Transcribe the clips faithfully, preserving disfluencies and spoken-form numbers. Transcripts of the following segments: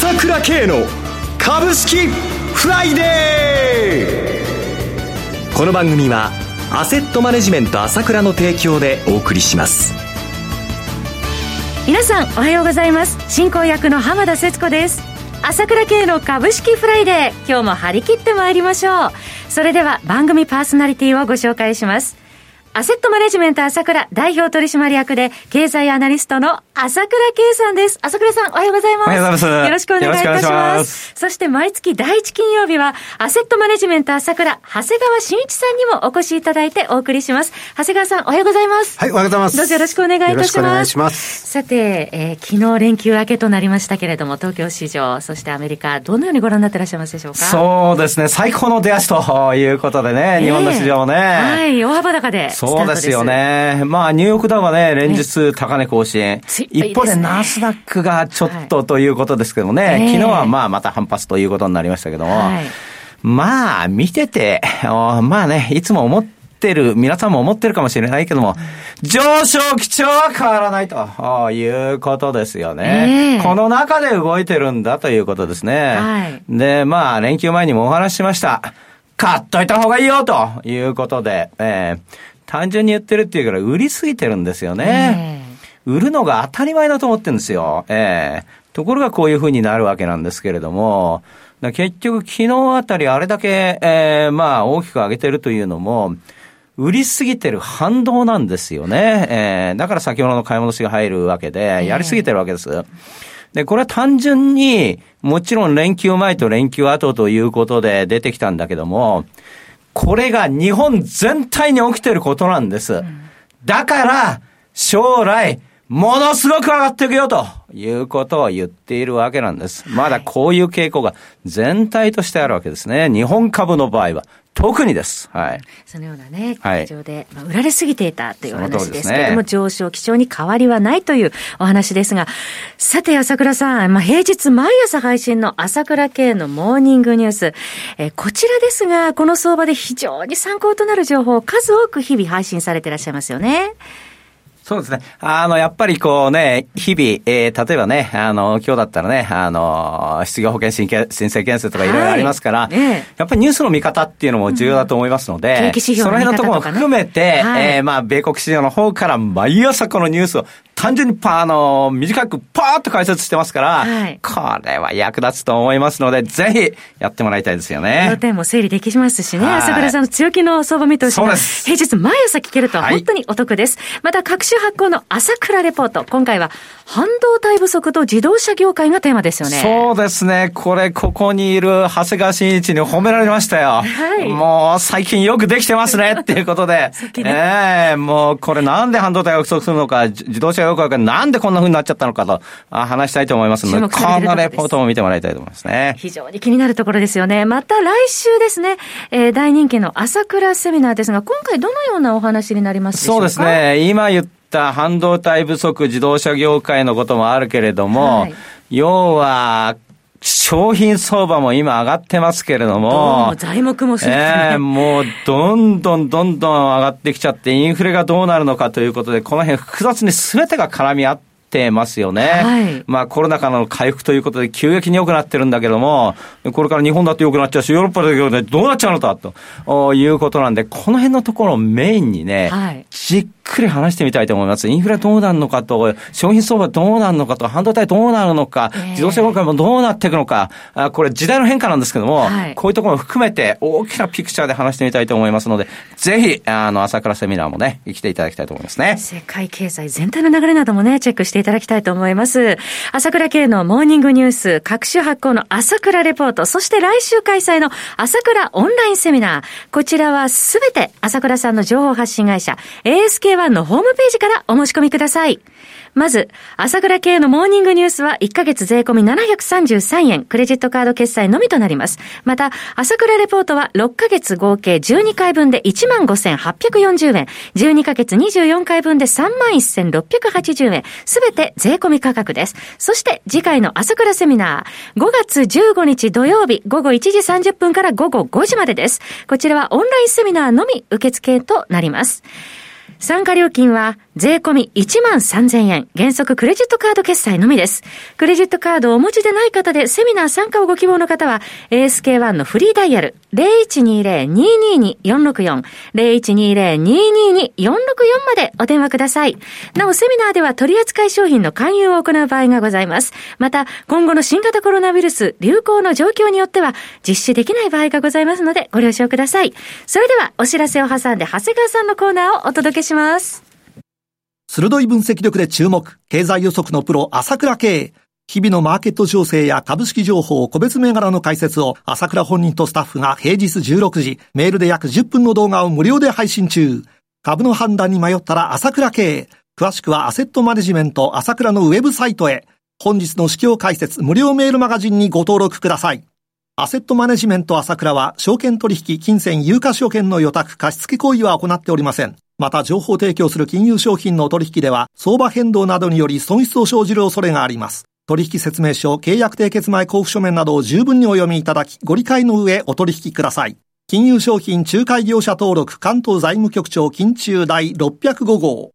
朝倉慶の株式フライデー。この番組はアセットマネジメント朝倉の提供でお送りします。 皆さんおはようございます。進行役の浜田節子です。朝倉慶の株式フライデー、今日も張り切ってまいりましょう。それでは番組パーソナリティをご紹介します。アセットマネジメント朝倉代表取締役で経済アナリストの朝倉慶さんです。朝倉さんおはようございます。 おはようございます。 よろしくお願いいたします。そして毎月だいいち金曜日はアセットマネジメント朝倉長谷川慎一さんにもお越しいただいてお送りします。長谷川さんおはようございます。 はい、おはようございます。 どうぞよろしくお願いいたします。 よろしくお願いします。 さて、えー、昨日連休明けとなりましたけれども、東京市場そしてアメリカどのようにご覧になっていらっしゃいますでしょうか。 そうですね、最高の出足ということでね、えー、日本の市場ね、 はい、大幅高でスタートです。 そうですよね。まあニューヨークダウはね連日高値更新、ね、一方でナスダックがちょっとということですけどもね、はい、昨日はまあまた反発ということになりましたけども、はい、まあ見ててまあねいつも思ってる皆さんも思ってるかもしれないけども、うん、上昇基調は変わらないということですよね、えー、この中で動いてるんだということですね、はい、でまあ連休前にもお話ししました。買っといた方がいいよということで、えー単純に言ってるっていうから売りすぎてるんですよね、えー、売るのが当たり前だと思ってるんですよ、えー、ところがこういう風になるわけなんですけれども、結局昨日あたりあれだけ、えー、まあ大きく上げてるというのも売りすぎてる反動なんですよね、えー、だから先ほどの買い戻しが入るわけでやりすぎてるわけです、えー、でこれは単純にもちろん連休前と連休後ということで出てきたんだけども、これが日本全体に起きていることなんです、うん、だから将来ものすごく上がっていくよということを言っているわけなんです、はい、まだこういう傾向が全体としてあるわけですね。日本株の場合は特にです、はい、 そのようなね形状で、はいまあ、売られすぎていたという話ですけれども、ね、上昇基調に変わりはないというお話ですが、さて朝倉さん、まあ、平日毎朝配信の朝倉慶のモーニングニュース、えー、こちらですがこの相場で非常に参考となる情報を数多く日々配信されていらっしゃいますよね。 そうですね。あの、やっぱりこうね、日々、えー、例えばね、あの、今日だったらね、あの、失業保険申請件数とかいろいろありますから、はいね、やっぱりニュースの見方っていうのも重要だと思いますので、うん、その辺のところも含めて、はい、えー、まあ、米国市場の方から毎朝このニュースを単純にパあの、短くパーッと解説してますから、はい、これは役立つと思いますので、ぜひやってもらいたいですよね。 要点も整理できますしね、はい、朝倉さんの強気の相場見通しが平日毎朝聞けると本当にお得です。はい、また各種発行の朝倉レポート、今回は半導体不足と自動車業界がテーマですよね。 そうですね。これここにいる長谷川慎一に褒められましたよ。はい、もう最近よくできてますねっていうことで、ええー、もうこれなんで半導体が不足するのか、自動車業界がなんでこんな風になっちゃったのかと話したいと思いますので、このレポートも見てもらいたいと思いますね。 非常に気になるところですよね。また来週ですね、えー、大人気の朝倉セミナーですが、今回どのようなお話になりますでしょうか。 そうですね。今言った半導体不足、自動車業界のこともあるけれども、はい、要は商品相場も今上がってますけれども、 材木もする、ね、 えー、もうどんどんどんどん上がってきちゃって、インフレがどうなるのかということで、この辺複雑に全てが絡み合っててますよね。はい、まあコロナ禍の回復ということで急激に良くなってるんだけども、これから日本だって良くなっちゃうし、ヨーロッパだけどうなっちゃうのかということなんで、この辺のところをメインにね、はい、じっくり話してみたいと思います。インフレどうなるのかと、商品相場どうなるのかと、半導体どうなるのか、えー、自動車業界もどうなっていくのか、あこれ時代の変化なんですけども、はい、こういうところも含めて大きなピクチャーで話してみたいと思いますので、ぜひあの朝倉セミナーもね来ていただきたいと思いますね。 世界経済全体の流れなどもねチェックしていただきたいと思います。朝倉慶のモーニングニュース、各種発行の朝倉レポート、そして来週開催の朝倉オンラインセミナー、こちらはすべて朝倉さんの情報発信会社 エーエスケーワン のホームページからお申し込みください。まず、朝倉慶のモーニングニュースはいっかげつ税込みななひゃくさんじゅうさんえん、クレジットカード決済のみとなります。また、朝倉レポートはろっかげつ合計じゅうにかいぶんで いちまんごせんはっぴゃくよんじゅうえん、じゅうにかげつにじゅうよんかいぶんで さんまんせんろっぴゃくはちじゅうえん、すべて税込み価格です。そして次回の朝倉セミナー、ごがつじゅうごにち土曜日ごごいちじさんじゅっぷんからごごごじまでです。こちらはオンラインセミナーのみ受付となります。参加料金は税込みいちまんさんぜんえん。原則クレジットカード決済のみです。クレジットカードをお持ちでない方でセミナー参加をご希望の方は エーエスケーワン のフリーダイヤル ゼロいちにゼロ にーにーにー よんろくよん ゼロいちにゼロ にーにーにー よんろくよん までお電話ください。なおセミナーでは取扱い商品の勧誘を行う場合がございます。また今後の新型コロナウイルス流行の状況によっては実施できない場合がございますのでご了承ください。それではお知らせを挟んで長谷川さんのコーナーをお届けします。 鋭い分析力で注目、経済予測のプロ、朝倉慶。日々のマーケット情勢や株式情報、個別銘柄の解説を、朝倉本人とスタッフが平日じゅうろくじ、メールで約じゅっぷんの動画を無料で配信中。株の判断に迷ったら朝倉慶。詳しくはアセットマネジメント朝倉のウェブサイトへ。本日の市況解説無料メールマガジンにご登録ください。アセットマネジメント朝倉は、証券取引、金銭、有価証券の予託、貸付行為は行っておりません。また情報提供する金融商品の取引では相場変動などにより損失を生じる恐れがあります。取引説明書、契約締結前交付書面などを十分にお読みいただきご理解の上お取引ください。金融商品仲介業者登録関東財務局長金中第ろっぴゃくご号。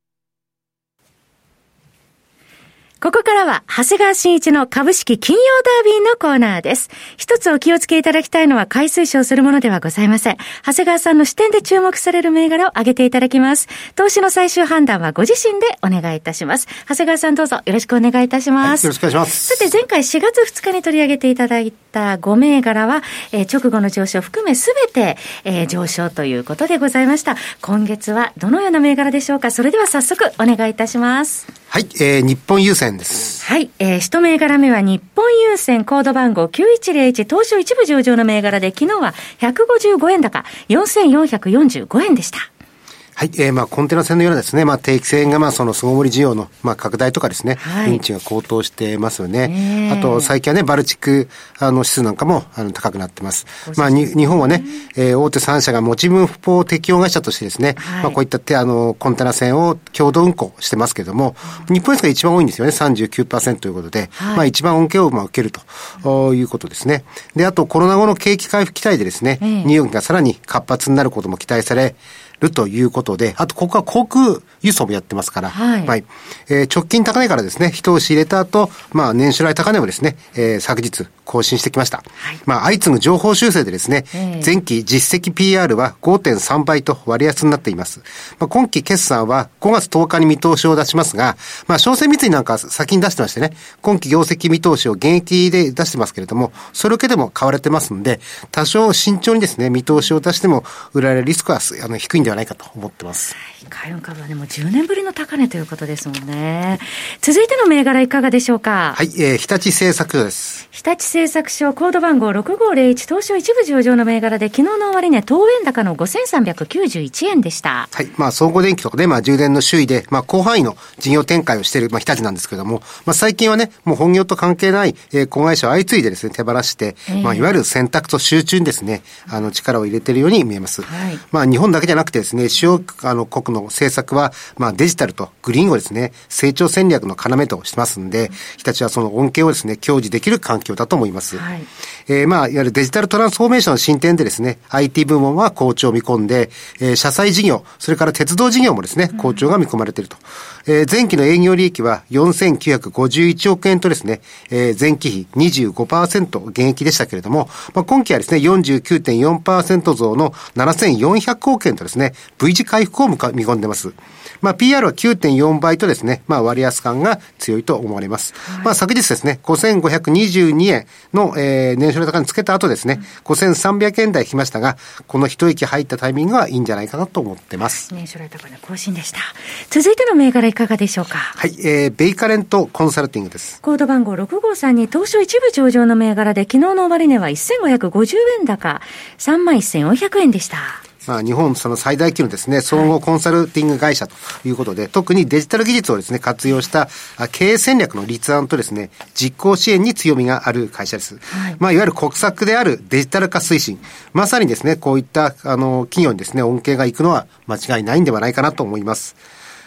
ここからは長谷川慎一の株式金曜ダービーのコーナーです。一つお気をつけいただきたいのは買い推奨するものではございません。長谷川さんの視点で注目される銘柄を挙げていただきます。投資の最終判断はご自身でお願いいたします。長谷川さんどうぞよろしくお願いいたします。 はい、よろしくお願いします。 さて前回しがつふつかに取り上げていただいたご銘柄は、えー、直後の上昇を含めすべて、えー、上昇ということでございました。今月はどのような銘柄でしょうか。それでは早速お願いいたします。 はい、えー、日本郵船です。 はい、えー、一銘柄目は日本郵船コード番号きゅういちゼロいち東証一部上場の銘柄で昨日はひゃくごじゅうごえん高よんせんよんひゃくよんじゅうごえんでした。 はい、えー、まあ、コンテナ船のようなですね、まあ、定期船が、まあ、その巣ごもり需要の、まあ、拡大とかですね、はい、運賃が高騰してますよね。あと、最近はね、バルチック、あの、指数なんかも、あの、高くなってます。まあ、に、日本はね、えー、大手さん社が持ち分不法適用会社としてですね、はい、まあ、こういったて、あの、コンテナ船を共同運航してますけれども、うん、日本ですが一番多いんですよね、さんじゅうきゅうパーセント ということで、はい、まあ、一番恩恵を、まあ、受けるということですね。で、あと、コロナ後の景気回復期待でですね、えー、ニューヨークがさらに活発になることも期待され、るということで、あとここは航空輸送もやってますから、はい。はい、えー、直近高値からですね、一押し入れた後、まあ年初来高値をですね、えー、昨日更新してきました。はい、まあ相次ぐ情報修正でですね、えー、前期実績 ピーアール は ごてんさんばいと割安になっています。まあ今期決算はごがつとおかに見通しを出しますが、まあ商船三井なんか先に出してましてね、今期業績見通しを現役で出してますけれども、それだけでも買われてますんで、多少慎重にですね、見通しを出しても売られるリスクはあの低いんではないかと思ってます。 海運株はね、もうじゅうねんぶりの高値ということですもんね。続いての銘柄いかがでしょうか。 はい、えー、日立製作所です。 日立製作所コード番号ろくごゼロいち東証一部上場の銘柄で昨日の終値当円高のごせんさんびゃくきゅうじゅういちえんでした。 はい、まあ総合電機とかで、まあ充電の周囲で、まあ広範囲の事業展開をしている、まあ日立なんですけれども、まあ最近はね、もう本業と関係ない、えー、子会社を相次いでですね、手放して、えー、まあいわゆる選択と集中にですね、あの力を入れているように見えます。はい、まあ日本だけじゃなくてですね、主要あの国の政策は、まあデジタルとグリーンをですね、成長戦略の要としてますんで、日立はその恩恵をですね、享受できる環境だと思います。はい、えー、まあ、いわゆるデジタルトランスフォーメーションの進展でですね、アイティー 部門は好調を見込んで、えー、車載事業、それから鉄道事業もですね、好調が見込まれていると。えー、前期の営業利益はよんせんきゅうひゃくごじゅういちおくえんとですね、えー、前期比 にじゅうごパーセント 減益でしたけれども、まあ、今期はですね、よんじゅうきゅうてんよんパーセント 増のななせんよんひゃくおくえんとですね、V 字回復を見込んでます。まあ、ピーアール は きゅうてんよんばいとですね、まあ、割安感が強いと思われます。はい、まあ、昨日ですね、ごせんごひゃくにじゅうにえんの、えー、年初来高値つけた後ですね、ごせんさんびゃくえん台来ましたが、この一息入ったタイミングはいいんじゃないかなと思ってます。 年初来高値更新でした。続いての銘柄いかがでしょうか。 はい、えー、ベイカレントコンサルティングです。 コード番号ろくごさんに東証一部上場の銘柄で、昨日の終値はせんごひゃくごじゅうえん高、さんまんせんよんひゃくえんでした。 まあ、日本その最大級のですね、総合コンサルティング会社ということで、はい、特にデジタル技術をですね、活用した経営戦略の立案とですね、実行支援に強みがある会社です。はい、まあ、いわゆる国策であるデジタル化推進。まさにですね、こういった、あの、企業にですね、恩恵がいくのは間違いないんではないかなと思います。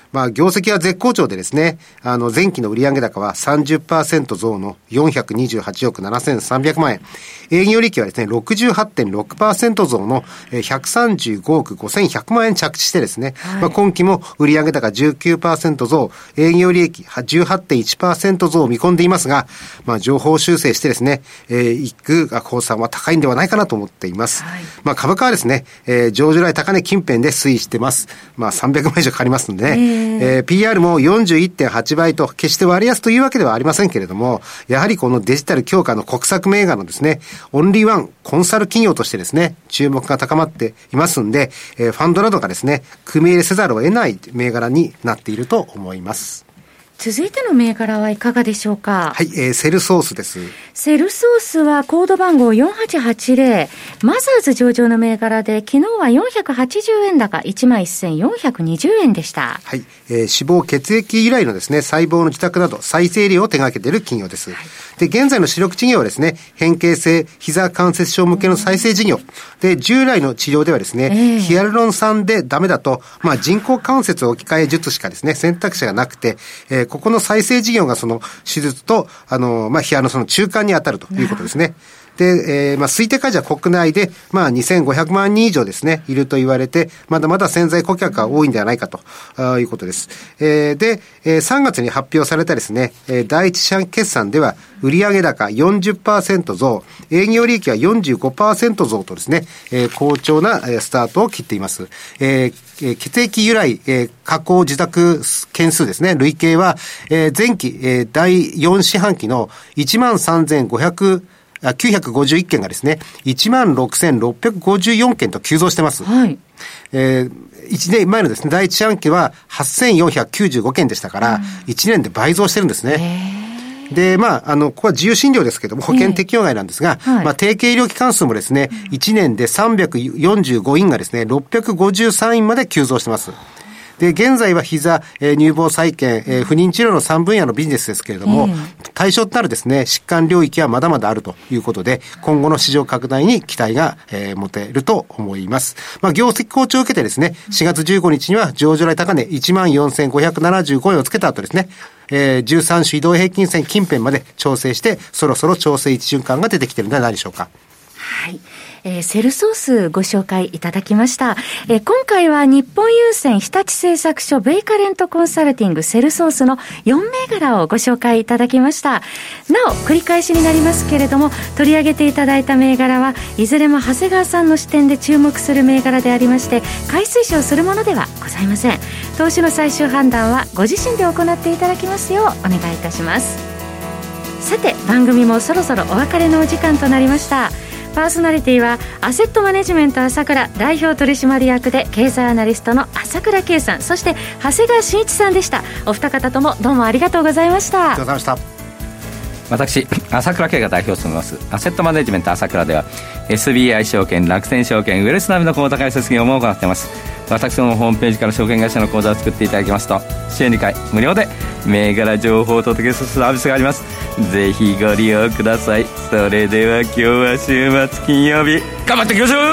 まあ、業績は絶好調でですね、あの、前期の売上高は さんじゅっパーセント 増のよんひゃくにじゅうはちおくななせんさんびゃくまんえん。営業利益はですね、ろくじゅうはちてんろくパーセント 増のひゃくさんじゅうごおくごせんひゃくまんえん着地してですね、はい、まあ、今期も売上高 じゅうきゅうパーセント 増、営業利益 じゅうはちてんいちパーセント 増を見込んでいますが、まあ、情報修正してですね、えー、いく公算は高いんではないかなと思っています。はい、まあ、株価はですね、えー、上場来高値近辺で推移してます。まあ、さんびゃくまん以上かかりますのでね、えーえー、ピーアール も よんじゅういってんはちばいと決して割安というわけではありませんけれども、やはりこのデジタル強化の国策銘柄のですね、オンリーワンコンサル企業としてですね、注目が高まっていますんで、えー、ファンドなどがですね、組み入れせざるを得ない銘柄になっていると思います。 続いての銘柄はいかがでしょうか。 はい、えー、セルソースです。 セルソースはコード番号よんはちはちゼロ、マザーズ上場の銘柄で、昨日はよんひゃくはちじゅうえん高、いちまんせんよんひゃくにじゅうえんでした。 はい、えー、脂肪血液由来のですね、細胞の自宅など再生医療を手掛けている企業です。はい、で、現在の主力事業はですね、変形性膝関節症向けの再生事業。で、従来の治療ではですね、えー、ヒアルロン酸でダメだと、まあ、人工関節置き換え術しかですね、選択肢がなくて、えーここの再生事業がその手術と、あの、まあ、ヒアのその中間に当たるということですね。で、えー、まあ、推定患者は国内で、まあ、にせんごひゃくまんにん以上ですね、いると言われて、まだまだ潜在顧客が多いんではないかと、あいうことです。えー、で、えー、さんがつに発表されたですね、えー、第一四半期決算では、売上高 よんじゅっパーセント 増、営業利益は よんじゅうごパーセント 増とですね、えー、好調なスタートを切っています。えー、血液由来、えー、加工自宅件数ですね、累計は、えー、前期、えー、だいよん四半期の いちまんさんぜんごひゃくきゅうひゃくごじゅういっけんがですね、いちまんろくせんろっぴゃくごじゅうよんけんと急増してます。はい。えー、いちねんまえのですね、第一四半期ははっせんよんひゃくきゅうじゅうごけんでしたから、いちねんで倍増してるんですね。で、まあ、あの、ここは自由診療ですけども、保険適用外なんですが、えーはい、まあ、提携医療機関数もですね、いちねんでさんびゃくよんじゅうごいんがですね、ろっぴゃくごじゅうさんいんまで急増してます。で、現在は膝、えー、乳房再建、えー、不妊治療のさんぶんやのビジネスですけれども、えー、対象となるですね、疾患領域はまだまだあるということで、今後の市場拡大に期待が、えー、持てると思います。まあ、業績好調を受けてですね、しがつじゅうごにちには上場来高値 いちまんよんせんごひゃくななじゅうごえんをつけた後ですね、えー、じゅうさんしゅ移動平均線近辺まで調整して、そろそろ調整一循環が出てきているのではないでしょうか。 はい。えー、セルソースご紹介いただきました。えー、今回は日本郵船日立製作所ベイカレントコンサルティングセルソースのよんめいがらをご紹介いただきました。なお繰り返しになりますけれども、取り上げていただいた銘柄はいずれも長谷川さんの視点で注目する銘柄でありまして、買い推奨するものではございません。投資の最終判断はご自身で行っていただきますようお願いいたします。さて、番組もそろそろお別れのお時間となりました。パーソナリティはアセットマネジメント朝倉代表取締役で経済アナリストの朝倉圭さん、そして長谷川慎一さんでした。お二方ともどうもありがとうございました。 ありがとうございました。 私朝倉圭が代表を務めますアセットマネジメント朝倉では エスビーアイ 証券、楽天証券、ウェルスナビの口座開設業務を行っています。私のホームページから証券会社の口座を作っていただきますと、週にかい無料で銘柄情報をお届けするサービスがあります。ぜひご利用ください。それでは今日は週末金曜日、頑張っていきましょう。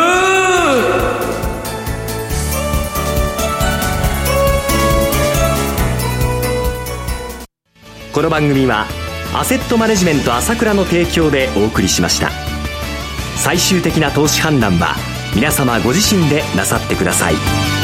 この番組はアセットマネジメント朝倉の提供でお送りしました。最終的な投資判断は皆様ご自身でなさってください。